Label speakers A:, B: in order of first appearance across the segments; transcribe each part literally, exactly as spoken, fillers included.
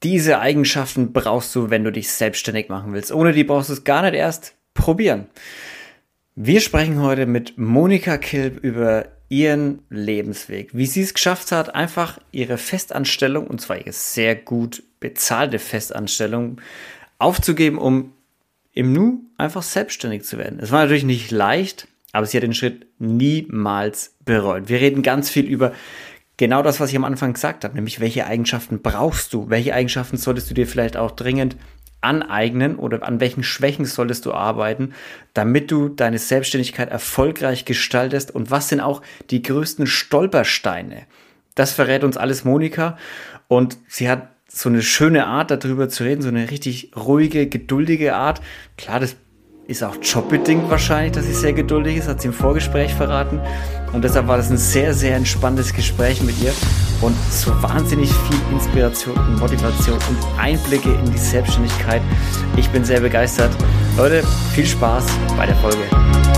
A: Diese Eigenschaften brauchst du, wenn du dich selbstständig machen willst. Ohne die brauchst du es gar nicht erst probieren. Wir sprechen heute mit Monika Kilb über ihren Lebensweg, wie sie es geschafft hat, einfach ihre Festanstellung, und zwar ihre sehr gut bezahlte Festanstellung, aufzugeben, um im Nu einfach selbstständig zu werden. Es war natürlich nicht leicht, aber sie hat den Schritt niemals bereut. Wir reden ganz viel über genau das, was ich am Anfang gesagt habe, nämlich welche Eigenschaften brauchst du, welche Eigenschaften solltest du dir vielleicht auch dringend aneignen oder an welchen Schwächen solltest du arbeiten, damit du deine Selbstständigkeit erfolgreich gestaltest, und was sind auch die größten Stolpersteine. Das verrät uns alles Monika, und sie hat so eine schöne Art, darüber zu reden, so eine richtig ruhige, geduldige Art. Klar, das ist auch jobbedingt wahrscheinlich, dass sie sehr geduldig ist, hat sie im Vorgespräch verraten. Und deshalb war das ein sehr, sehr entspanntes Gespräch mit ihr und so wahnsinnig viel Inspiration und Motivation und Einblicke in die Selbstständigkeit. Ich bin sehr begeistert. Leute, viel Spaß bei der Folge.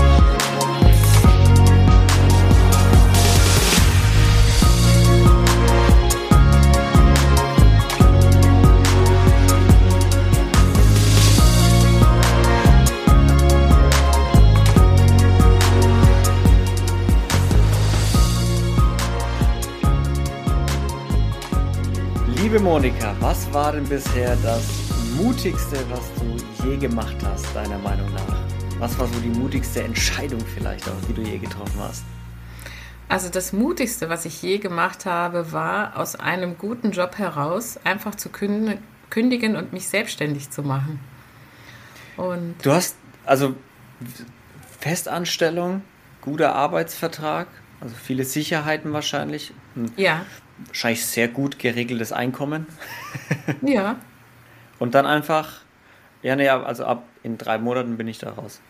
A: Liebe Monika, was war denn bisher das Mutigste, was du je gemacht hast, deiner Meinung nach? Was war so die mutigste Entscheidung vielleicht auch, die du je getroffen hast?
B: Also das Mutigste, was ich je gemacht habe, war, aus einem guten Job heraus einfach zu kündigen und mich selbstständig zu machen.
A: Und du hast also Festanstellung, guter Arbeitsvertrag, also viele Sicherheiten wahrscheinlich.
B: Ja.
A: Wahrscheinlich sehr gut geregeltes Einkommen.
B: Ja.
A: Und dann einfach, ja, ne, also ab in drei Monaten bin ich da raus.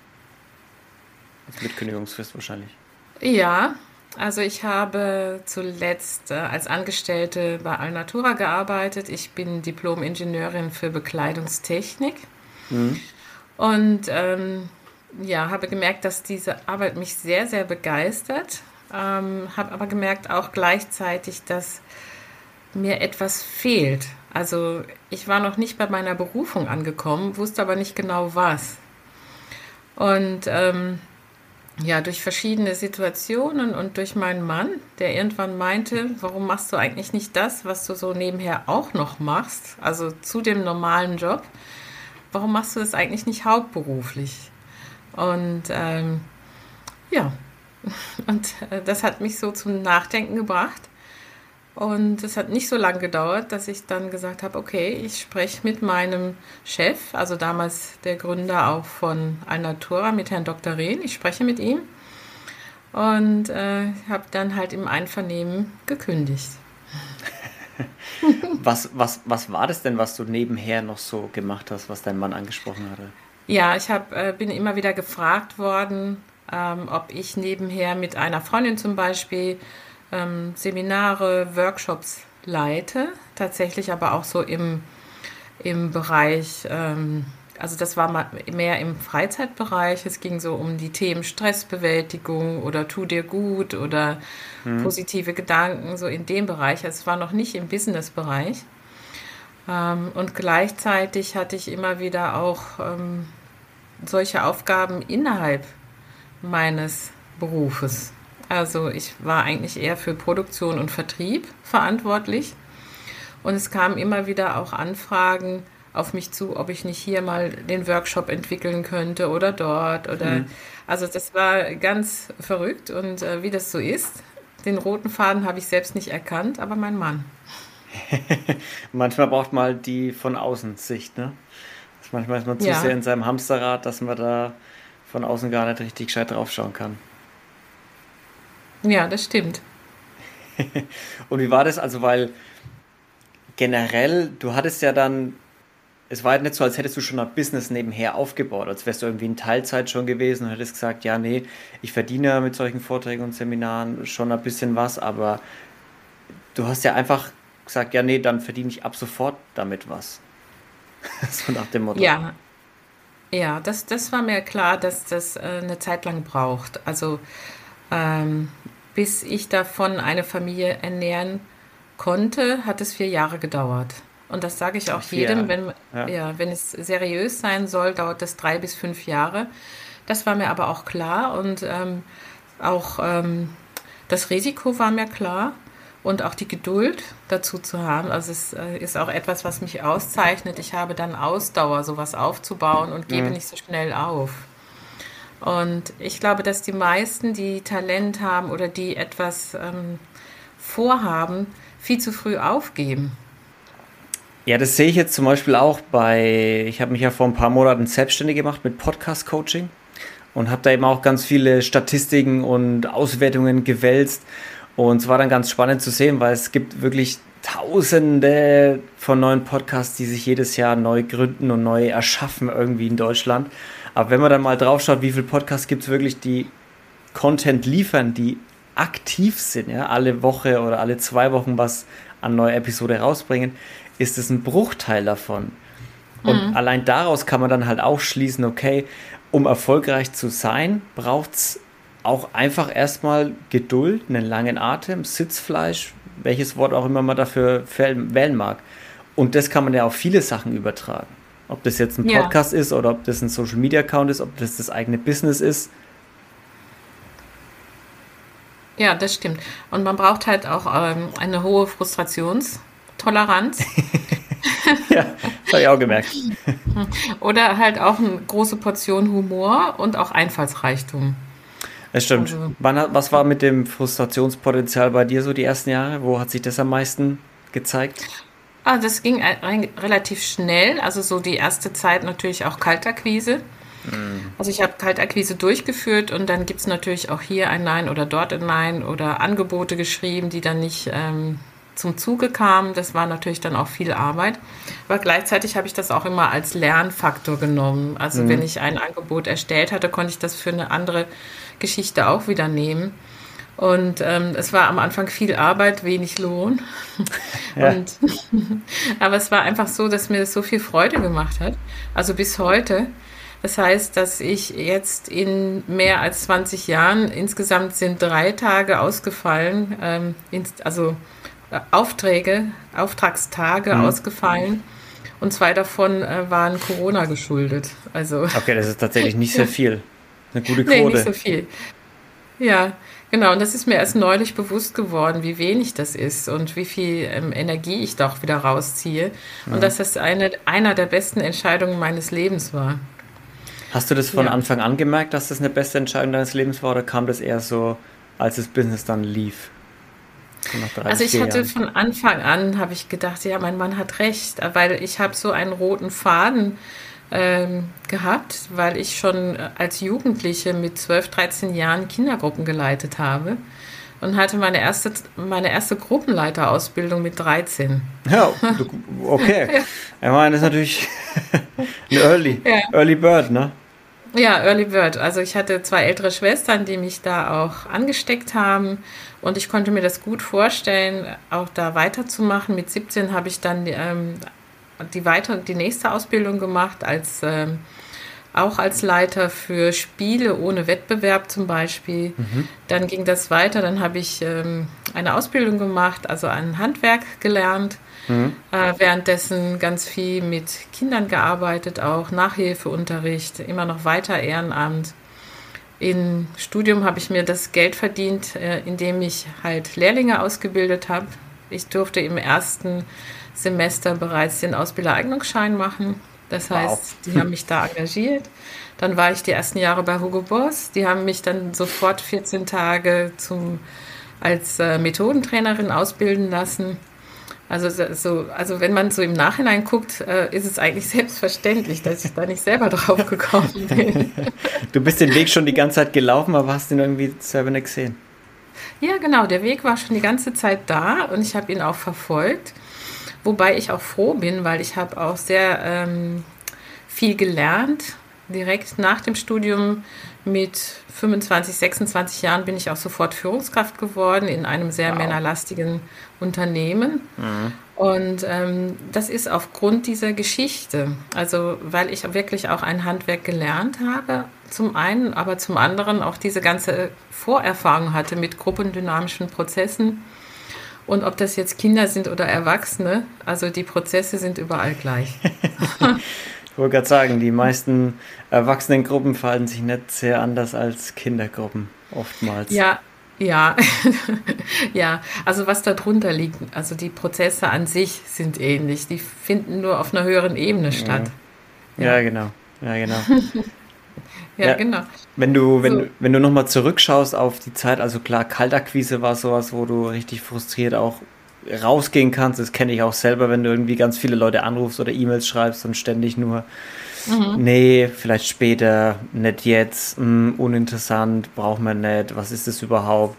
A: Also mit Kündigungsfrist wahrscheinlich.
B: Ja, also ich habe zuletzt äh, als Angestellte bei Alnatura gearbeitet. Ich bin Diplom-Ingenieurin für Bekleidungstechnik. Mhm. Und ähm, ja, habe gemerkt, dass diese Arbeit mich sehr, sehr begeistert. Ähm, habe aber gemerkt auch gleichzeitig, dass mir etwas fehlt. Also ich war noch nicht bei meiner Berufung angekommen, wusste aber nicht genau was. Und ähm, ja, durch verschiedene Situationen und durch meinen Mann, der irgendwann meinte, warum machst du eigentlich nicht das, was du so nebenher auch noch machst, also zu dem normalen Job, warum machst du das eigentlich nicht hauptberuflich? Und ähm, ja, Und das hat mich so zum Nachdenken gebracht. Und es hat nicht so lange gedauert, dass ich dann gesagt habe, okay, ich spreche mit meinem Chef, also damals der Gründer auch von Alnatura, mit Herrn Doktor Rehn. Ich spreche mit ihm und äh, habe dann halt im Einvernehmen gekündigt.
A: was, was, was war das denn, was du nebenher noch so gemacht hast, was dein Mann angesprochen hatte?
B: Ja, ich hab, äh, bin immer wieder gefragt worden, Ähm, ob ich nebenher mit einer Freundin zum Beispiel ähm, Seminare, Workshops leite, tatsächlich aber auch so im, im Bereich, ähm, also das war mal mehr im Freizeitbereich, es ging so um die Themen Stressbewältigung oder tu dir gut oder mhm. positive Gedanken, so in dem Bereich, also es war noch nicht im Business-Bereich. Ähm, und gleichzeitig hatte ich immer wieder auch ähm, solche Aufgaben innerhalb meines Berufes. Also ich war eigentlich eher für Produktion und Vertrieb verantwortlich und es kamen immer wieder auch Anfragen auf mich zu, ob ich nicht hier mal den Workshop entwickeln könnte oder dort oder mhm. Also das war ganz verrückt und äh, wie das so ist, den roten Faden habe ich selbst nicht erkannt, aber mein Mann.
A: Manchmal braucht man halt die von außen Sicht, ne? Manchmal ist man zu ja. sehr in seinem Hamsterrad, dass man da von außen gar nicht richtig gescheit draufschauen kann.
B: Ja, das stimmt.
A: Und wie war das? Also, weil generell, du hattest ja dann, es war halt nicht so, als hättest du schon ein Business nebenher aufgebaut, als wärst du irgendwie in Teilzeit schon gewesen und hättest gesagt, ja, nee, ich verdiene mit solchen Vorträgen und Seminaren schon ein bisschen was, aber du hast ja einfach gesagt, ja, nee, dann verdiene ich ab sofort damit was. So nach dem Motto.
B: Ja. Ja, das, das war mir klar, dass das äh, eine Zeit lang braucht. Also ähm, bis ich davon eine Familie ernähren konnte, hat es vier Jahre gedauert. Und das sage ich auch
A: Vier
B: jedem,
A: Jahre.
B: wenn,
A: Ja.
B: ja, wenn es seriös sein soll, dauert das drei bis fünf Jahre. Das war mir aber auch klar und ähm, auch ähm, das Risiko war mir klar und auch die Geduld dazu zu haben. Also es äh, ist auch etwas, was mich auszeichnet. Ich habe dann Ausdauer, sowas aufzubauen und gebe
A: Mhm.
B: nicht so schnell auf. Und ich glaube, dass die meisten, die Talent haben oder die etwas ähm, vorhaben, viel zu früh aufgeben.
A: Ja, das sehe ich jetzt zum Beispiel auch bei, ich habe mich ja vor ein paar Monaten selbstständig gemacht mit Podcast-Coaching und habe da eben auch ganz viele Statistiken und Auswertungen gewälzt. Und es war dann ganz spannend zu sehen, weil es gibt wirklich Tausende von neuen Podcasts, die sich jedes Jahr neu gründen und neu erschaffen irgendwie in Deutschland. Aber wenn man dann mal drauf schaut, wie viele Podcasts gibt es wirklich, die Content liefern, die aktiv sind, ja, alle Woche oder alle zwei Wochen was an neue Episode rausbringen, ist es ein Bruchteil davon. Und allein daraus kann man dann halt auch schließen, okay, um erfolgreich zu sein, braucht es auch einfach erstmal Geduld, einen langen Atem, Sitzfleisch, welches Wort auch immer man dafür wählen mag. Und das kann man ja auf viele Sachen übertragen. Ob das jetzt ein
B: Ja,
A: Podcast ist oder ob das ein Social-Media-Account ist, ob das das eigene Business ist.
B: ja, das stimmt. Und man braucht halt auch ähm, eine hohe Frustrationstoleranz
A: Ja, das habe ich auch gemerkt.
B: oder halt auch eine große Portion Humor und auch Einfallsreichtum.
A: Es stimmt.
B: Also
A: Wann hat, was war mit dem Frustrationspotenzial bei dir so die ersten Jahre? Wo hat sich das am meisten gezeigt?
B: Ah, das ging ein- ein- relativ schnell. Also so die erste Zeit natürlich auch Kaltakquise. Also ich habe Kaltakquise durchgeführt und dann gibt es natürlich auch hier ein Nein oder dort ein Nein oder Angebote geschrieben, die dann nicht ähm, zum Zuge kamen. Das war natürlich dann auch viel Arbeit. Aber gleichzeitig habe ich das auch immer als Lernfaktor genommen. Also wenn ich ein Angebot erstellt hatte, konnte ich das für eine andere Geschichte auch wieder nehmen. Und ähm, es war am Anfang viel Arbeit, wenig Lohn.
A: Ja.
B: Und aber es war einfach so, dass mir das so viel Freude gemacht hat. Also bis heute. Das heißt, dass ich jetzt in mehr als zwanzig Jahren, insgesamt sind drei Tage ausgefallen, ähm, ins, also äh, Aufträge, Auftragstage
A: Mhm.
B: ausgefallen. Und zwei davon äh, waren Corona geschuldet. Also,
A: Okay, das ist tatsächlich nicht sehr
B: ja,
A: viel. Eine gute
B: nee, nicht
A: Quote.
B: so viel. Ja, genau. Und das ist mir erst neulich bewusst geworden, wie wenig das ist und wie viel ähm, Energie ich doch wieder rausziehe. Und dass das eine, einer der besten Entscheidungen meines Lebens war.
A: Hast du das von
B: Ja.
A: Anfang an gemerkt, dass das eine beste Entscheidung deines Lebens war oder kam das eher so, als das Business dann lief? So nach drei
B: Also
A: bis
B: ich
A: vier
B: hatte
A: Jahren.
B: von Anfang an, habe ich gedacht, ja, mein Mann hat recht, weil ich habe so einen roten Faden ähm, gehabt, weil ich schon als Jugendliche mit zwölf, dreizehn Jahren Kindergruppen geleitet habe und hatte meine erste, meine erste Gruppenleiterausbildung mit dreizehn.
A: Ja, du- okay. Ich meine, das ist natürlich ein Early,
B: Ja.
A: Early Bird, ne?
B: Ja, Early Bird. Also ich hatte zwei ältere Schwestern, die mich da auch angesteckt haben und ich konnte mir das gut vorstellen, auch da weiterzumachen. Mit siebzehn habe ich dann ähm, die, weiter, die nächste Ausbildung gemacht, als, ähm, auch als Leiter für Spiele ohne Wettbewerb zum Beispiel. Dann ging das weiter, dann habe ich ähm, eine Ausbildung gemacht, also ein Handwerk gelernt. Äh, währenddessen ganz viel mit Kindern gearbeitet, auch Nachhilfeunterricht, immer noch weiter Ehrenamt. Im Studium habe ich mir das Geld verdient, äh, indem ich halt Lehrlinge ausgebildet habe. Ich durfte im ersten Semester bereits den Ausbildereignungsschein machen. Das
A: Wow.
B: heißt, die haben mich da engagiert. Dann war ich die ersten Jahre bei Hugo Boss. Die haben mich dann sofort vierzehn Tage zum, als äh, Methodentrainerin ausbilden lassen. Also, so, also wenn man so im Nachhinein guckt, äh, ist es eigentlich selbstverständlich, dass ich da nicht selber drauf gekommen bin.
A: Du bist den Weg schon die ganze Zeit gelaufen, aber hast ihn irgendwie selber nicht gesehen.
B: Ja, genau, der Weg war schon die ganze Zeit da und ich habe ihn auch verfolgt. Wobei ich auch froh bin, weil ich habe auch sehr ähm, viel gelernt. Direkt nach dem Studium mit fünfundzwanzig, sechsundzwanzig Jahren bin ich auch sofort Führungskraft geworden in einem sehr
A: Wow.
B: männerlastigen Unternehmen. Und ähm, das ist aufgrund dieser Geschichte. Also weil ich wirklich auch ein Handwerk gelernt habe, zum einen, aber zum anderen auch diese ganze Vorerfahrung hatte mit gruppendynamischen Prozessen Und ob das jetzt Kinder sind oder Erwachsene, also die Prozesse sind überall gleich.
A: Ich wollte gerade sagen, die meisten Erwachsenengruppen verhalten sich nicht sehr anders als Kindergruppen, oftmals.
B: Ja, ja, ja, also was da drunter liegt, also die Prozesse an sich sind ähnlich, die finden nur auf einer höheren Ebene statt.
A: Ja,
B: Ja,
A: genau. Ja, genau.
B: ja,
A: Ja,
B: genau.
A: wenn du, wenn,
B: So,
A: du- wenn du nochmal zurückschaust auf die Zeit, also klar, Kaltakquise war sowas, wo du richtig frustriert auch rausgehen kannst. Das kenne ich auch selber, wenn du irgendwie ganz viele Leute anrufst oder E-Mails schreibst und ständig nur,
B: mhm.
A: nee, vielleicht später, nicht jetzt, hm, uninteressant, braucht man nicht, was ist das überhaupt?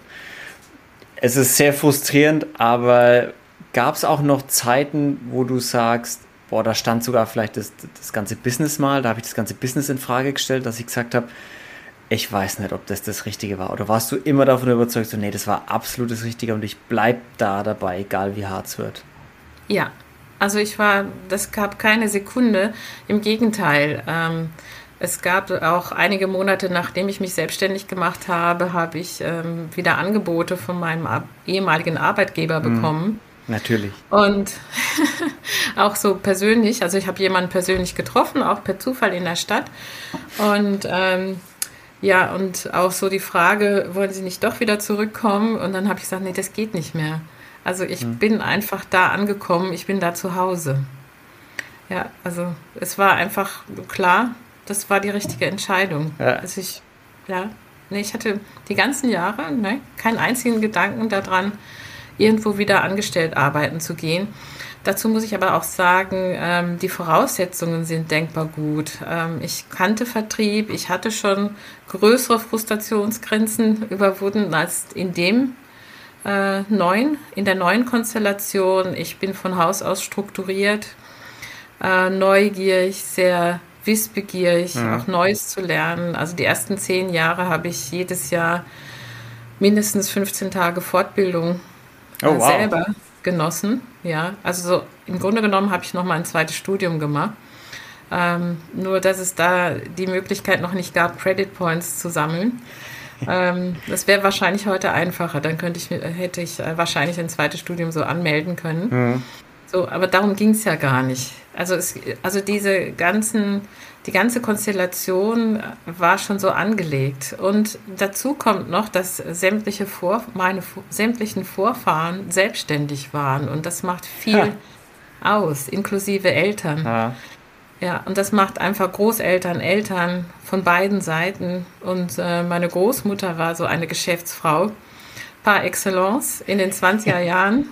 A: Es ist sehr frustrierend, aber gab es auch noch Zeiten, wo du sagst, boah, da stand sogar vielleicht das, das ganze Business mal, da habe ich das ganze Business in Frage gestellt, dass ich gesagt habe, ich weiß nicht, ob das das Richtige war. Oder warst du immer davon überzeugt, so, nee, das war absolut das Richtige und ich bleib da dabei, egal wie hart es wird.
B: Ja, also ich war, das gab keine Sekunde, im Gegenteil. Ähm, es gab auch einige Monate, nachdem ich mich selbstständig gemacht habe, habe ich ähm, wieder Angebote von meinem Ar- ehemaligen Arbeitgeber
A: Hm,
B: bekommen.
A: natürlich.
B: Und auch so persönlich, also ich habe jemanden persönlich getroffen, auch per Zufall in der Stadt. Und ähm, ja, und auch so die Frage, wollen Sie nicht doch wieder zurückkommen? Und dann habe ich gesagt, nee, das geht nicht mehr. Also ich
A: Hm.
B: bin einfach da angekommen, ich bin da zu Hause. Ja, also es war einfach klar, das war die richtige Entscheidung.
A: Ja,
B: Also ich, ja, nee, ich hatte die ganzen Jahre, ne, keinen einzigen Gedanken daran, irgendwo wieder angestellt arbeiten zu gehen. Dazu muss ich aber auch sagen, ähm, die Voraussetzungen sind denkbar gut. Ähm, ich kannte Vertrieb, ich hatte schon größere Frustrationsgrenzen überwunden als in dem äh, neuen, in der neuen Konstellation. Ich bin von Haus aus strukturiert, äh, neugierig, sehr wissbegierig,
A: hm.
B: auch Neues zu lernen. Also die ersten zehn Jahre habe ich jedes Jahr mindestens fünfzehn Tage Fortbildung
A: Oh,
B: äh,
A: wow.
B: selber genossen. Ja, also so, im Grunde genommen habe ich noch mal ein zweites Studium gemacht. Ähm, nur, dass es da die Möglichkeit noch nicht gab, Credit Points zu sammeln. Ähm, das wäre wahrscheinlich heute einfacher. Dann könnte ich, hätte ich äh, wahrscheinlich ein zweites Studium so anmelden können.
A: Hm.
B: So, aber darum ging es ja gar nicht. Also, es, also diese ganzen, die ganze Konstellation war schon so angelegt. Und dazu kommt noch, dass sämtliche Vor, meine Vor- sämtlichen Vorfahren selbstständig waren. Und das macht viel
A: Ha.
B: aus, inklusive Eltern.
A: Ha.
B: Ja, und das macht einfach Großeltern, Eltern von beiden Seiten. Und äh, meine Großmutter war so eine Geschäftsfrau par excellence in den zwanziger Jahren.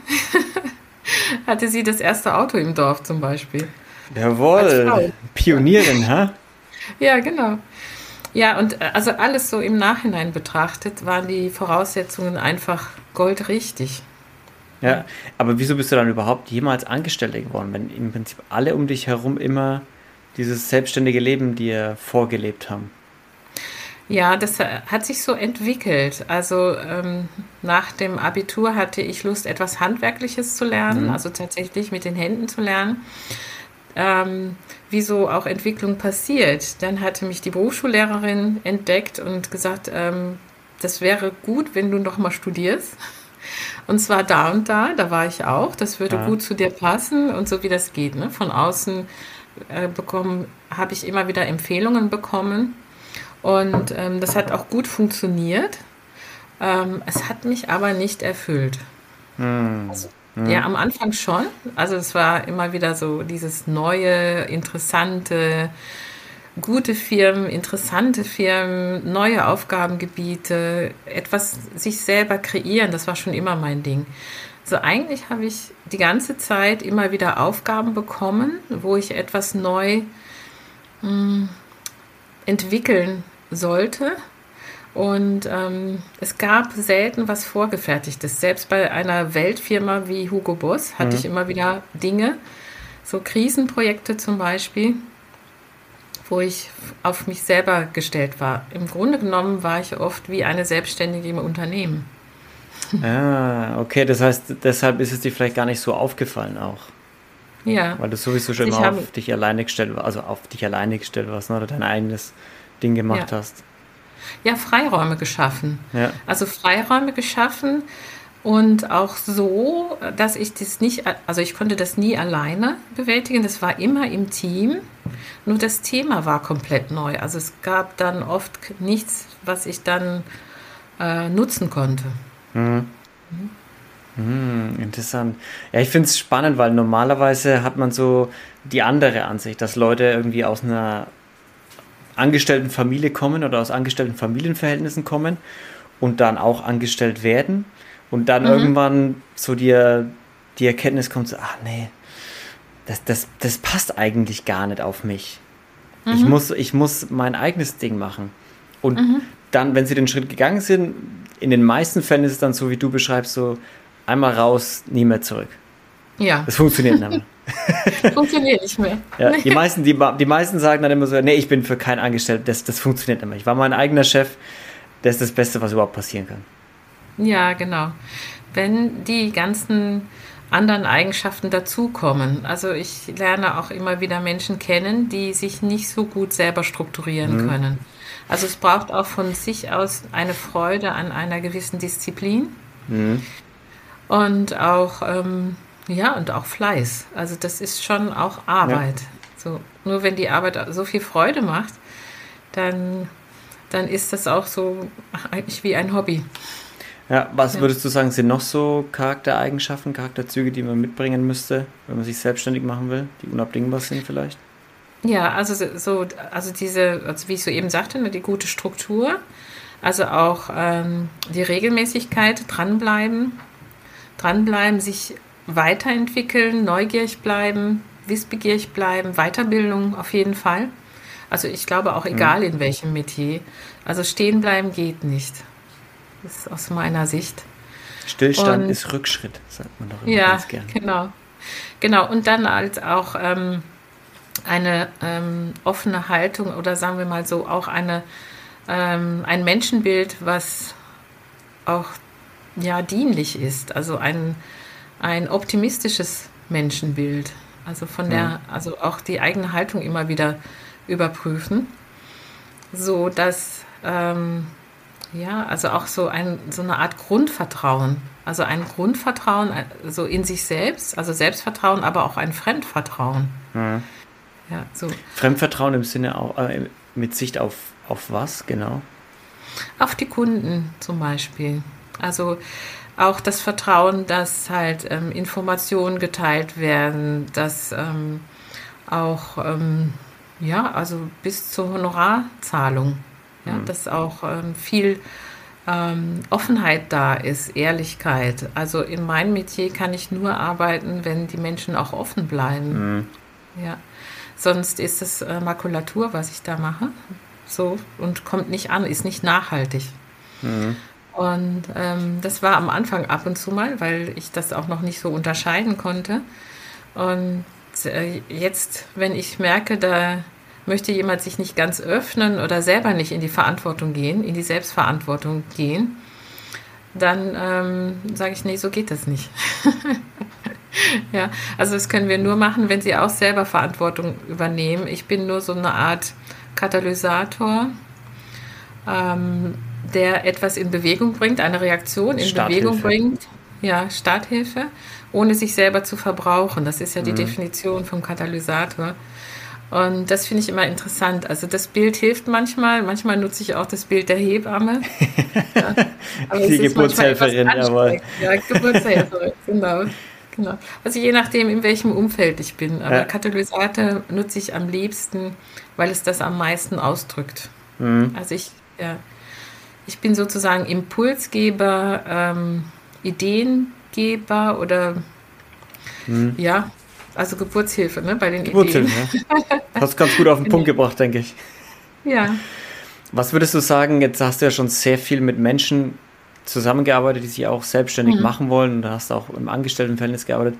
B: Hatte sie das erste Auto im Dorf zum Beispiel. Als
A: Jawohl.
B: Frau.
A: Pionierin, ha?
B: Ja, genau. Ja, und äh, also alles so im Nachhinein betrachtet, waren die Voraussetzungen einfach goldrichtig. Ja.
A: Ja, aber wieso bist du dann überhaupt jemals Angestellter geworden, wenn im Prinzip alle um dich herum immer dieses selbstständige Leben dir vorgelebt haben?
B: Ja, das äh, hat sich so entwickelt. Also ähm, nach dem Abitur hatte ich Lust, etwas Handwerkliches zu lernen,
A: Mhm.
B: also tatsächlich mit den Händen zu lernen. Ähm, wie so auch Entwicklung passiert. Dann hatte mich die Berufsschullehrerin entdeckt und gesagt, ähm, das wäre gut, wenn du noch mal studierst. Und zwar da und da, da war ich auch. Das würde
A: Ja.
B: gut zu dir passen und so wie das geht. Ne? Von außen äh, bekommen, habe ich immer wieder Empfehlungen bekommen. Und ähm, das hat auch gut funktioniert. Ähm, es hat mich aber nicht erfüllt.
A: Hm.
B: Ja,
A: Hm.
B: am Anfang schon. Also es war immer wieder so dieses neue, interessante, gute Firmen, interessante Firmen, neue Aufgabengebiete, etwas sich selber kreieren, das war schon immer mein Ding. So eigentlich habe ich die ganze Zeit immer wieder Aufgaben bekommen, wo ich etwas neu entwickeln sollte. Und ähm, es gab selten was Vorgefertigtes. Selbst bei einer Weltfirma wie Hugo Boss hatte ich
A: Hm.
B: immer wieder Dinge, so Krisenprojekte zum Beispiel, wo ich auf mich selber gestellt war. Im Grunde genommen war ich oft wie eine Selbstständige im Unternehmen.
A: Ah, okay, das heißt, deshalb ist es dir vielleicht gar nicht so aufgefallen auch,
B: Ja,
A: weil du sowieso schon
B: also
A: immer
B: ich habe,
A: auf dich alleine gestellt warst, also auf dich alleine gestellt warst, ne, oder dein eigenes Ding gemacht
B: ja,
A: hast.
B: ja, Freiräume geschaffen.
A: Ja.
B: Also Freiräume geschaffen, Und auch so, dass ich das nicht, also ich konnte das nie alleine bewältigen, das war immer im Team, nur das Thema war komplett neu. Also es gab dann oft nichts, was ich dann äh, nutzen konnte.
A: Mhm. Hm, interessant. Ja, ich finde es spannend, weil normalerweise hat man so die andere Ansicht, dass Leute irgendwie aus einer angestellten Familie kommen oder aus angestellten Familienverhältnissen kommen und dann auch angestellt werden und dann
B: Mhm.
A: irgendwann so die, die Erkenntnis kommt, so, ach nee, das, das, das passt eigentlich gar nicht auf mich. Ich
B: Mhm.
A: muss, ich muss mein eigenes Ding machen. Und
B: Mhm.
A: dann, wenn sie den Schritt gegangen sind, in den meisten Fällen ist es dann so, wie du beschreibst, so einmal raus, nie mehr zurück.
B: Ja,
A: Das funktioniert nicht mehr.
B: funktioniert nicht mehr.
A: Ja, die meisten, die, die meisten sagen dann immer so, nee, ich bin für keinen Angestellten, das, das funktioniert nicht mehr. Ich war mein eigener Chef, das ist das Beste, was überhaupt passieren kann.
B: Ja, genau. Wenn die ganzen anderen Eigenschaften dazukommen. Also ich lerne auch immer wieder Menschen kennen, die sich nicht so gut selber strukturieren
A: Mhm.
B: können. Also es braucht auch von sich aus eine Freude an einer gewissen Disziplin
A: Mhm.
B: und auch, ähm, ja, und auch Fleiß. Also das ist schon auch
A: Ja.
B: Arbeit. So, nur wenn die Arbeit so viel Freude macht, dann, dann ist das auch so eigentlich wie ein Hobby.
A: Ja, was
B: Ja.
A: würdest du sagen, sind noch so Charaktereigenschaften, Charakterzüge, die man mitbringen müsste, wenn man sich selbstständig machen will, die unabdingbar sind vielleicht?
B: Ja, also so, so- also diese, also wie ich soeben sagte, ne, die gute Struktur, also auch ähm, die Regelmäßigkeit, dranbleiben, dranbleiben, sich weiterentwickeln, neugierig bleiben, wissbegierig bleiben, Weiterbildung auf jeden Fall. Also ich glaube auch
A: Mhm.
B: egal in welchem Metier. Also stehen bleiben geht nicht. Das ist aus meiner Sicht.
A: Stillstand
B: Und
A: ist Rückschritt, sagt man doch immer
B: ja,
A: ganz gern.
B: genau. Genau. Und dann als auch ähm, eine ähm, offene Haltung oder sagen wir mal so auch eine, ähm, ein Menschenbild, was auch ja, dienlich ist. Also ein, ein optimistisches Menschenbild. Also von
A: Mhm.
B: der, also auch die eigene Haltung immer wieder überprüfen, so dass ähm, ja, also auch so ein, so eine Art Grundvertrauen. Also ein Grundvertrauen äh, so in sich selbst, also Selbstvertrauen, aber auch ein Fremdvertrauen.
A: Mhm.
B: Ja, so
A: Fremdvertrauen im Sinne auch, äh, mit Sicht auf, auf was, genau?
B: auf die Kunden zum Beispiel. Also auch das Vertrauen, dass halt ähm, Informationen geteilt werden, dass ähm, auch ähm, ja, also bis zur Honorarzahlung, ja,
A: Mhm.
B: dass auch ähm, viel ähm, Offenheit da ist, Ehrlichkeit. Also in meinem Metier kann ich nur arbeiten, wenn die Menschen auch offen bleiben.
A: Mhm.
B: Ja. Sonst ist es äh, Makulatur, was ich da mache. So und kommt nicht an, ist nicht nachhaltig.
A: Mhm.
B: Und ähm, das war am Anfang ab und zu mal, weil ich das auch noch nicht so unterscheiden konnte. Und äh, jetzt, wenn ich merke, da möchte jemand sich nicht ganz öffnen oder selber nicht in die Verantwortung gehen, in die Selbstverantwortung gehen, dann ähm, sage ich, nee, so geht das nicht. Ja, also das können wir nur machen, wenn sie auch selber Verantwortung übernehmen. Ich bin nur so eine Art Katalysator, ähm, der etwas in Bewegung bringt, eine Reaktion in Bewegung
A: Starthilfe.
B: bringt. Ja, Starthilfe, ohne sich selber zu verbrauchen. Das ist ja die
A: Mhm.
B: Definition vom Katalysator. Und das finde ich immer interessant. Also das Bild hilft manchmal. Manchmal nutze ich auch das Bild der Hebamme. Ja, aber
A: Die
B: es ist manchmal etwas
A: Geburtshelferin, jawohl.
B: anstrengend. Ja, Geburtshelferin, genau. Genau. Also je nachdem, in welchem Umfeld ich bin. Aber
A: Ja.
B: Katalysator nutze ich am liebsten, weil es das am meisten ausdrückt.
A: Mhm.
B: Also ich, ja, ich bin sozusagen Impulsgeber, ähm, Ideengeber oder
A: Mhm.
B: ja, also Geburtshilfe, ne, bei den Ideen.
A: Geburtshilfe, ja. Hast ganz gut auf den Punkt
B: Genau.
A: gebracht, denke ich.
B: Ja.
A: Was würdest du sagen, jetzt hast du ja schon sehr viel mit Menschen zusammengearbeitet, die sich auch selbstständig
B: Mhm.
A: machen wollen und da hast du auch im Angestelltenverhältnis gearbeitet.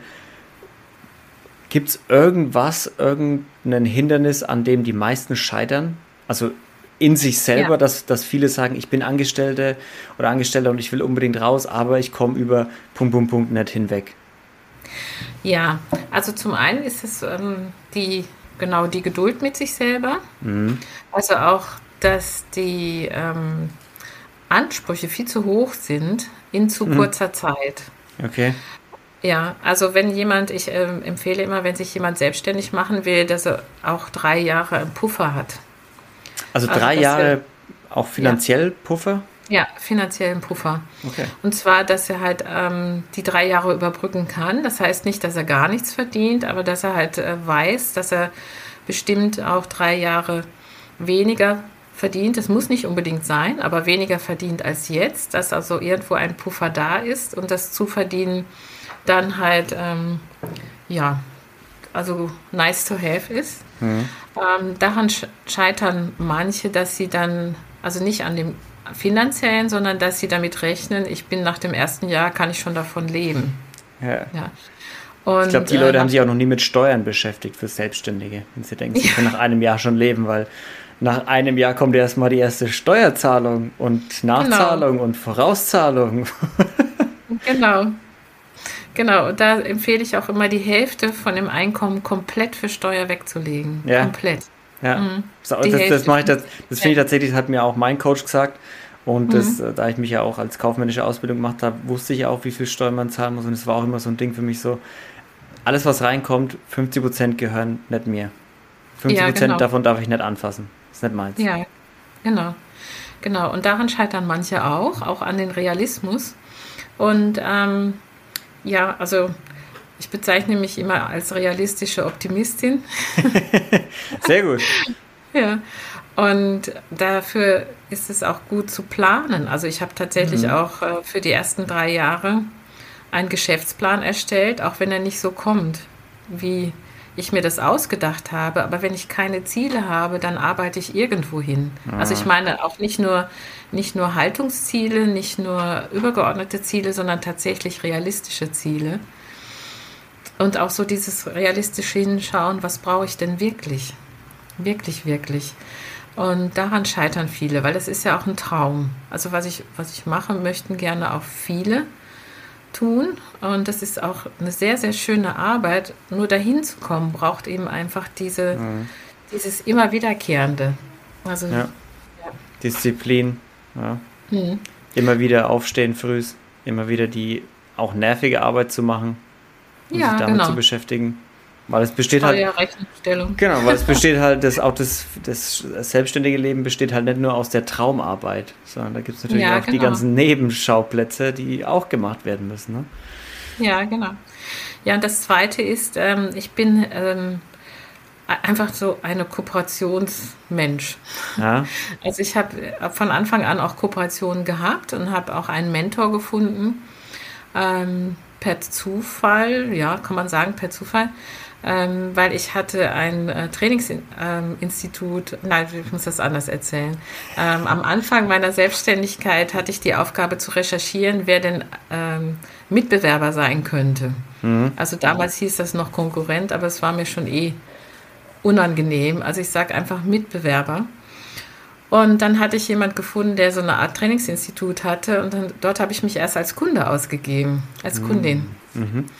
A: Gibt es irgendwas, irgendein Hindernis, an dem die meisten scheitern? Also in sich
B: Ja.
A: selber, dass, dass viele sagen, ich bin Angestellte oder Angestellter und ich will unbedingt raus, aber ich komme über Punkt, Punkt, Punkt nicht hinweg.
B: Ja, also zum einen ist es ähm, die, genau die Geduld mit sich selber.
A: Mhm.
B: Also auch, dass die ähm, Ansprüche viel zu hoch sind, in zu
A: Mhm.
B: kurzer Zeit.
A: Okay.
B: Ja, also wenn jemand, ich ähm, empfehle immer, wenn sich jemand selbstständig machen will, dass er auch drei Jahre einen Puffer hat.
A: Also
B: Also
A: drei
B: dass er,
A: Jahre auch
B: ja,
A: finanziell Puffer?
B: ja, finanziellen Puffer.
A: Okay.
B: Und zwar, dass er halt ähm, die drei Jahre überbrücken kann. Das heißt nicht, dass er gar nichts verdient, aber dass er halt äh, weiß, dass er bestimmt auch drei Jahre weniger verdient. Das muss nicht unbedingt sein, aber weniger verdient als jetzt, dass also irgendwo ein Puffer da ist und das Zuverdienen dann halt, ähm, ja, also nice to have ist.
A: Mhm.
B: Ähm, daran sch- scheitern manche, dass sie dann, also nicht an dem finanziellen, sondern dass sie damit rechnen, ich bin nach dem ersten Jahr, kann ich schon davon leben.
A: Ja.
B: Ja.
A: Ich glaube,
B: Und
A: die
B: äh,
A: Leute haben
B: nach
A: sich auch
B: dem,
A: noch nie mit Steuern beschäftigt für Selbstständige, wenn sie denken, sie können nach einem Jahr schon leben, weil nach einem Jahr kommt erstmal die erste Steuerzahlung und
B: genau,
A: Nachzahlung und Vorauszahlung.
B: genau, genau. Und da empfehle ich auch immer, die Hälfte von dem Einkommen komplett für Steuer wegzulegen.
A: Ja,
B: Komplett.
A: ja.
B: Mhm.
A: So,
B: Die
A: das, das
B: Hälfte
A: mache ich,
B: von,
A: das, das
B: ja.
A: finde ich tatsächlich, das hat mir auch mein Coach gesagt. Und das,
B: Mhm.
A: äh, da ich mich ja auch als kaufmännische Ausbildung gemacht habe, wusste ich auch, wie viel Steuern man zahlen muss. Und es war auch immer so ein Ding für mich so, alles was reinkommt, fünfzig Prozent gehören nicht mir. fünfzig
B: Ja,
A: Prozent
B: genau.
A: davon darf ich nicht anfassen. Das ist nicht meins.
B: Ja, genau. Genau. Und daran scheitern manche auch, auch an den Realismus. Und ähm, ja, also ich bezeichne mich immer als realistische Optimistin.
A: Sehr gut.
B: Ja. Und dafür ist es auch gut zu planen. Also ich habe tatsächlich
A: Mhm.
B: auch äh, für die ersten drei Jahre einen Geschäftsplan erstellt, auch wenn er nicht so kommt, wie ich mir das ausgedacht habe. Aber wenn ich keine Ziele habe, dann arbeite ich irgendwo hin. Also ich
A: Ah,
B: meine auch nicht nur, nicht nur Haltungsziele, nicht nur übergeordnete Ziele, sondern tatsächlich realistische Ziele. Und auch so dieses realistische Hinschauen, was brauche ich denn wirklich? Wirklich, wirklich. Und daran scheitern viele, weil es ist ja auch ein Traum. Also was ich, was ich mache, möchten gerne auch viele tun. Und das ist auch eine sehr, sehr schöne Arbeit. Nur dahin zu kommen, braucht eben einfach diese,
A: mhm.
B: dieses immer Wiederkehrende. Also,
A: Ja,
B: ja,
A: Disziplin. Ja.
B: hm.
A: Immer wieder aufstehen früh, immer wieder die auch nervige Arbeit zu machen und sich
B: Ja,
A: damit zu
B: genau.
A: beschäftigen. Weil es besteht halt,
B: Steuerrechnungsstellung.
A: genau, weil es besteht halt, das, auch das, das selbstständige Leben besteht halt nicht nur aus der Traumarbeit, sondern da gibt es natürlich
B: Ja,
A: auch die
B: genau.
A: ganzen Nebenschauplätze, die auch gemacht werden müssen. Ne?
B: Ja, genau. Ja, und das Zweite ist, ähm, ich bin ähm, einfach so eine Kooperationsmensch.
A: Ja,
B: Also ich habe von Anfang an auch Kooperationen gehabt und habe auch einen Mentor gefunden, ähm, per Zufall, ja, kann man sagen, per Zufall, ähm, weil ich hatte ein äh, Trainingsinstitut, nein, ich muss das anders erzählen. Ähm, am Anfang meiner Selbstständigkeit hatte ich die Aufgabe zu recherchieren, wer denn ähm, Mitbewerber sein könnte.
A: mhm.
B: Also damals hieß das noch Konkurrent, aber es war mir schon eh unangenehm. Also ich sage einfach Mitbewerber. Und dann hatte ich jemand gefunden, der so eine Art Trainingsinstitut hatte und dann, dort habe ich mich erst als Kunde ausgegeben, als Kundin.
A: Mhm. Mhm.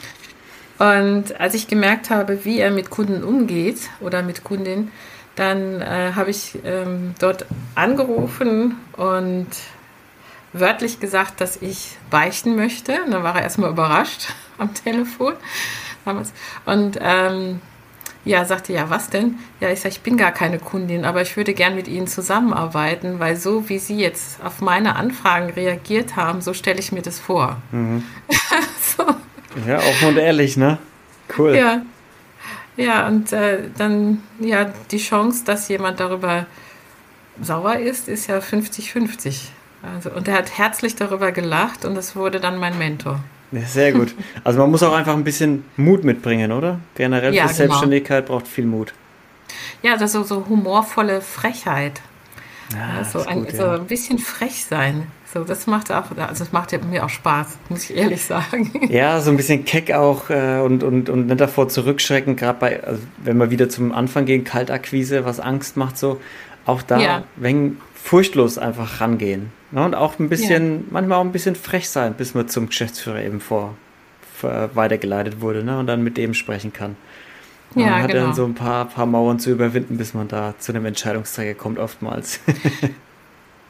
B: Und als ich gemerkt habe, wie er mit Kunden umgeht oder mit Kundin, dann äh, habe ich ähm, dort angerufen und wörtlich gesagt, dass ich beichten möchte. Und dann war er erstmal überrascht am Telefon damals. Und ähm, ja, sagte, ja, was denn? Ja, ich sage, ich bin gar keine Kundin, aber ich würde gern mit Ihnen zusammenarbeiten, weil so wie Sie jetzt auf meine Anfragen reagiert haben, so stelle ich mir das vor.
A: Mhm.
B: So,
A: Ja, offen und ehrlich, ne? Cool.
B: ja, ja, und äh, dann, ja, die Chance, dass jemand darüber sauer ist, ist ja fünfzig fünfzig. Also, und er hat herzlich darüber gelacht und das wurde dann mein Mentor.
A: Ja, sehr gut. Also man muss auch einfach ein bisschen Mut mitbringen, oder? Generell für
B: Ja, genau.
A: Selbstständigkeit braucht viel Mut.
B: Ja, das ist so, so humorvolle Frechheit. Ja,
A: Ja,
B: so
A: ist
B: ein,
A: gut,
B: so
A: ja.
B: ein bisschen frech sein. So, das macht auch, also das macht ja mir auch Spaß, muss ich ehrlich sagen.
A: Ja, so ein bisschen keck auch äh, und, und, und nicht davor zurückschrecken, gerade bei, also wenn wir wieder zum Anfang gehen, Kaltakquise, was Angst macht, so, auch da,
B: Ja,
A: wenn furchtlos einfach rangehen. Ne? Und auch ein
B: ja,
A: bisschen, manchmal auch ein bisschen frech sein, bis man zum Geschäftsführer eben vor, vor weitergeleitet wurde, ne? Und dann mit dem sprechen kann. Ja, man
B: ja,
A: hat dann
B: genau.
A: so ein paar, paar Mauern zu überwinden, bis man da zu einem Entscheidungsträger kommt, oftmals.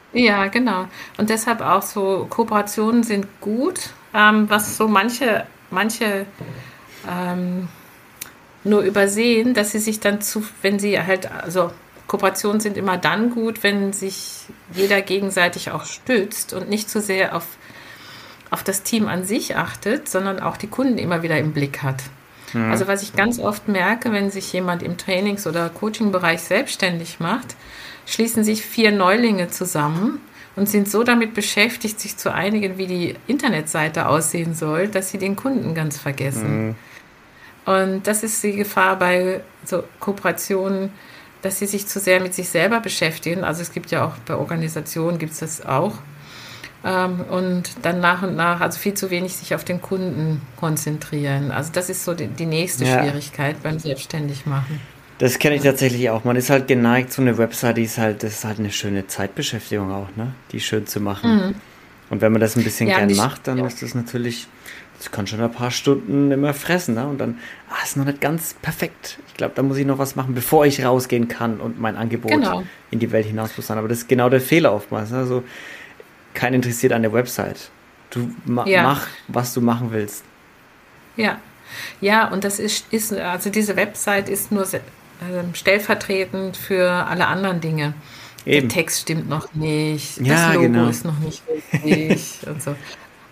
B: Ja, genau. Und deshalb auch so Kooperationen sind gut, ähm, was so manche, manche ähm, nur übersehen, dass sie sich dann zu, wenn sie halt, also Kooperationen sind immer dann gut, wenn sich jeder gegenseitig auch stützt und nicht zu sehr auf, auf das Team an sich achtet, sondern auch die Kunden immer wieder im Blick hat. Also was ich ganz oft merke, wenn sich jemand im Trainings- oder Coaching-Bereich selbstständig macht, schließen sich vier Neulinge zusammen und sind so damit beschäftigt, sich zu einigen, wie die Internetseite aussehen soll, dass sie den Kunden ganz vergessen.
A: Mhm.
B: Und das ist die Gefahr bei so Kooperationen, dass sie sich zu sehr mit sich selber beschäftigen. Also es gibt ja auch bei Organisationen gibt es das auch. Ähm, und dann nach und nach, also viel zu wenig sich auf den Kunden konzentrieren. Also das ist so die, die nächste
A: Ja,
B: Schwierigkeit beim Selbstständigmachen.
A: das kenne ich tatsächlich auch. Man ist halt geneigt, so eine Website, die ist halt, das ist halt eine schöne Zeitbeschäftigung auch, ne? Die schön zu machen. Und wenn man das ein bisschen
B: Ja, und
A: gern
B: die,
A: macht, dann
B: ja,
A: ist das natürlich, das kann schon ein paar Stunden immer fressen, ne? Und dann, ah, ist noch nicht ganz perfekt. Ich glaube, da muss ich noch was machen, bevor ich rausgehen kann und mein Angebot
B: genau.
A: in die Welt hinaus muss. Aber das ist genau der Fehler oftmals. Ne? Also, kein interessiert an der Website. Du ma
B: Ja,
A: mach, was du machen willst.
B: ja. Ja, und das ist, ist also diese Website ist nur se- ähm, stellvertretend für alle anderen Dinge. Der
A: Eben.
B: Text stimmt noch nicht, das
A: Ja,
B: Logo
A: genau.
B: ist noch nicht richtig und so.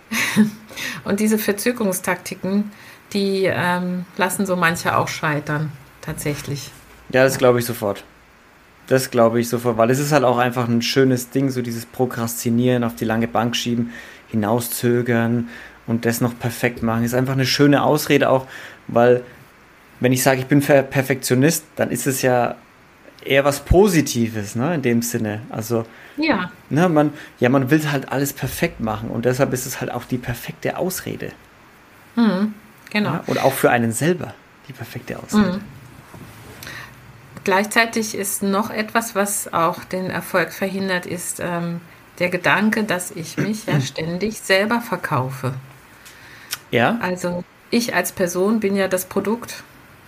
B: Und diese Verzögerungstaktiken, die ähm, lassen so manche auch scheitern, tatsächlich.
A: Ja, das
B: Ja.
A: glaube ich sofort. Das glaube ich sofort, weil es ist halt auch einfach ein schönes Ding, so dieses Prokrastinieren, auf die lange Bank schieben, hinauszögern und das noch perfekt machen. Ist einfach eine schöne Ausrede auch, weil wenn ich sage, ich bin Perfektionist, dann ist es ja eher was Positives, ne, in dem Sinne. Also,
B: Ja,
A: ne, man, ja, man will halt alles perfekt machen und deshalb ist es halt auch die perfekte Ausrede.
B: genau.
A: Ja? Und auch für einen selber die perfekte Ausrede.
B: Gleichzeitig ist noch etwas, was auch den Erfolg verhindert, ist ähm, der Gedanke, dass ich mich ja ständig selber verkaufe.
A: Ja?
B: Also ich als Person bin ja das Produkt.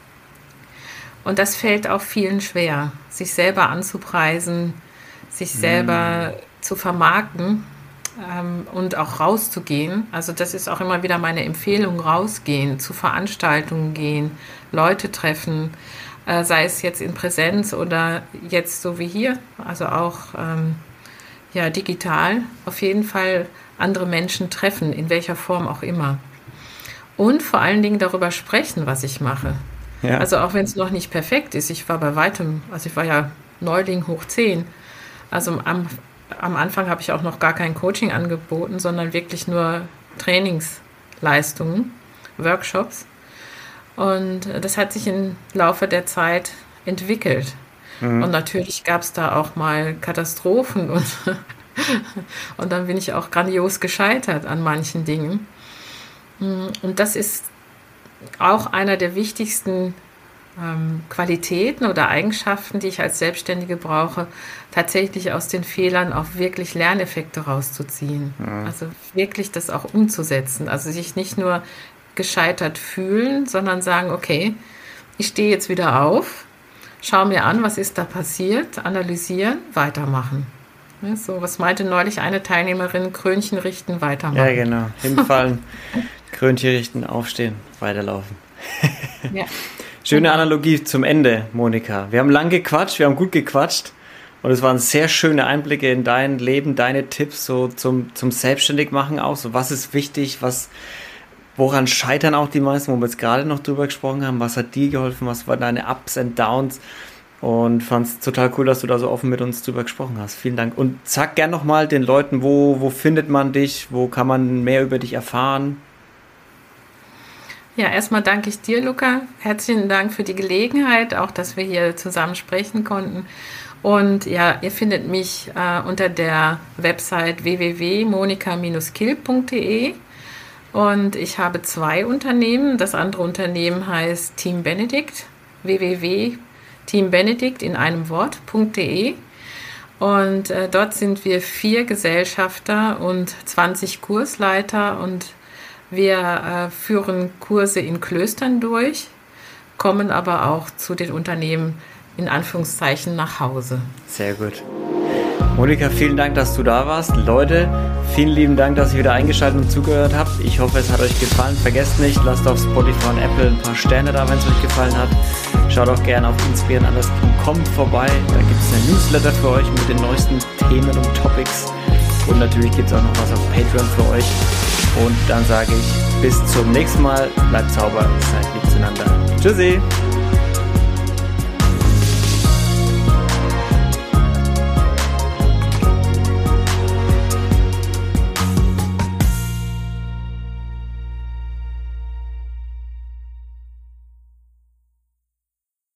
B: Und das fällt auch vielen schwer, sich selber anzupreisen, sich selber zu vermarkten ähm, und auch rauszugehen. Also das ist auch immer wieder meine Empfehlung, rausgehen, zu Veranstaltungen gehen, Leute treffen, äh, sei es jetzt in Präsenz oder jetzt so wie hier, also auch ähm, ja, digital, auf jeden Fall andere Menschen treffen, in welcher Form auch immer. Und vor allen Dingen darüber sprechen, was ich mache.
A: Ja.
B: Also auch wenn es noch nicht perfekt ist, ich war bei weitem, also ich war ja Neuling hoch zehn. Also am, am Anfang habe ich auch noch gar kein Coaching angeboten, sondern wirklich nur Trainingsleistungen, Workshops. Und das hat sich im Laufe der Zeit entwickelt. Und natürlich gab es da auch mal Katastrophen und, und dann bin ich auch grandios gescheitert an manchen Dingen. Und das ist auch einer der wichtigsten ähm, Qualitäten oder Eigenschaften, die ich als Selbstständige brauche, tatsächlich aus den Fehlern auch wirklich Lerneffekte rauszuziehen. Also wirklich das auch umzusetzen. Also sich nicht nur gescheitert fühlen, sondern sagen, okay, ich stehe jetzt wieder auf, schau mir an, was ist da passiert, analysieren, weitermachen. Ja, so, was meinte neulich eine Teilnehmerin, Krönchen richten,
A: Ja,
B: weitermachen.
A: genau. Hinfallen, Krönchen richten, aufstehen, weiterlaufen.
B: Ja,
A: Schöne
B: genau.
A: Analogie zum Ende, Monika. Wir haben lang gequatscht, wir haben gut gequatscht und es waren sehr schöne Einblicke in dein Leben, deine Tipps so zum, zum Selbstständigmachen auch. So, was ist wichtig, was, woran scheitern auch die meisten, wo wir jetzt gerade noch drüber gesprochen haben, was hat dir geholfen, was waren deine Ups and Downs und fand es total cool, dass du da so offen mit uns drüber gesprochen hast. Vielen Dank. Und sag gern nochmal den Leuten, wo, wo findet man dich, wo kann man mehr über dich erfahren?
B: Ja, erstmal danke ich dir, Luca. Herzlichen Dank für die Gelegenheit, auch dass wir hier zusammen sprechen konnten. Und ja, ihr findet mich äh, unter der Website w w w punkt monika kill punkt de und ich habe zwei Unternehmen. Das andere Unternehmen heißt Team Benedikt, w w w punkt team benedikt in einem Wort.de. Und äh, dort sind wir vier Gesellschafter und zwanzig Kursleiter und wir äh, führen Kurse in Klöstern durch, kommen aber auch zu den Unternehmen in Anführungszeichen nach Hause.
A: Sehr gut. Monika, vielen Dank, dass du da warst. Leute, vielen lieben Dank, dass ihr wieder eingeschaltet und zugehört habt. Ich hoffe, es hat euch gefallen. Vergesst nicht, lasst auf Spotify und Apple ein paar Sterne da, wenn es euch gefallen hat. Schaut auch gerne auf inspirieren anders punkt com vorbei. Da gibt es eine Newsletter für euch mit den neuesten Themen und Topics. Und natürlich gibt es auch noch was auf Patreon für euch. Und dann sage ich bis zum nächsten Mal. Bleibt sauber, seid lieb zueinander. Tschüssi!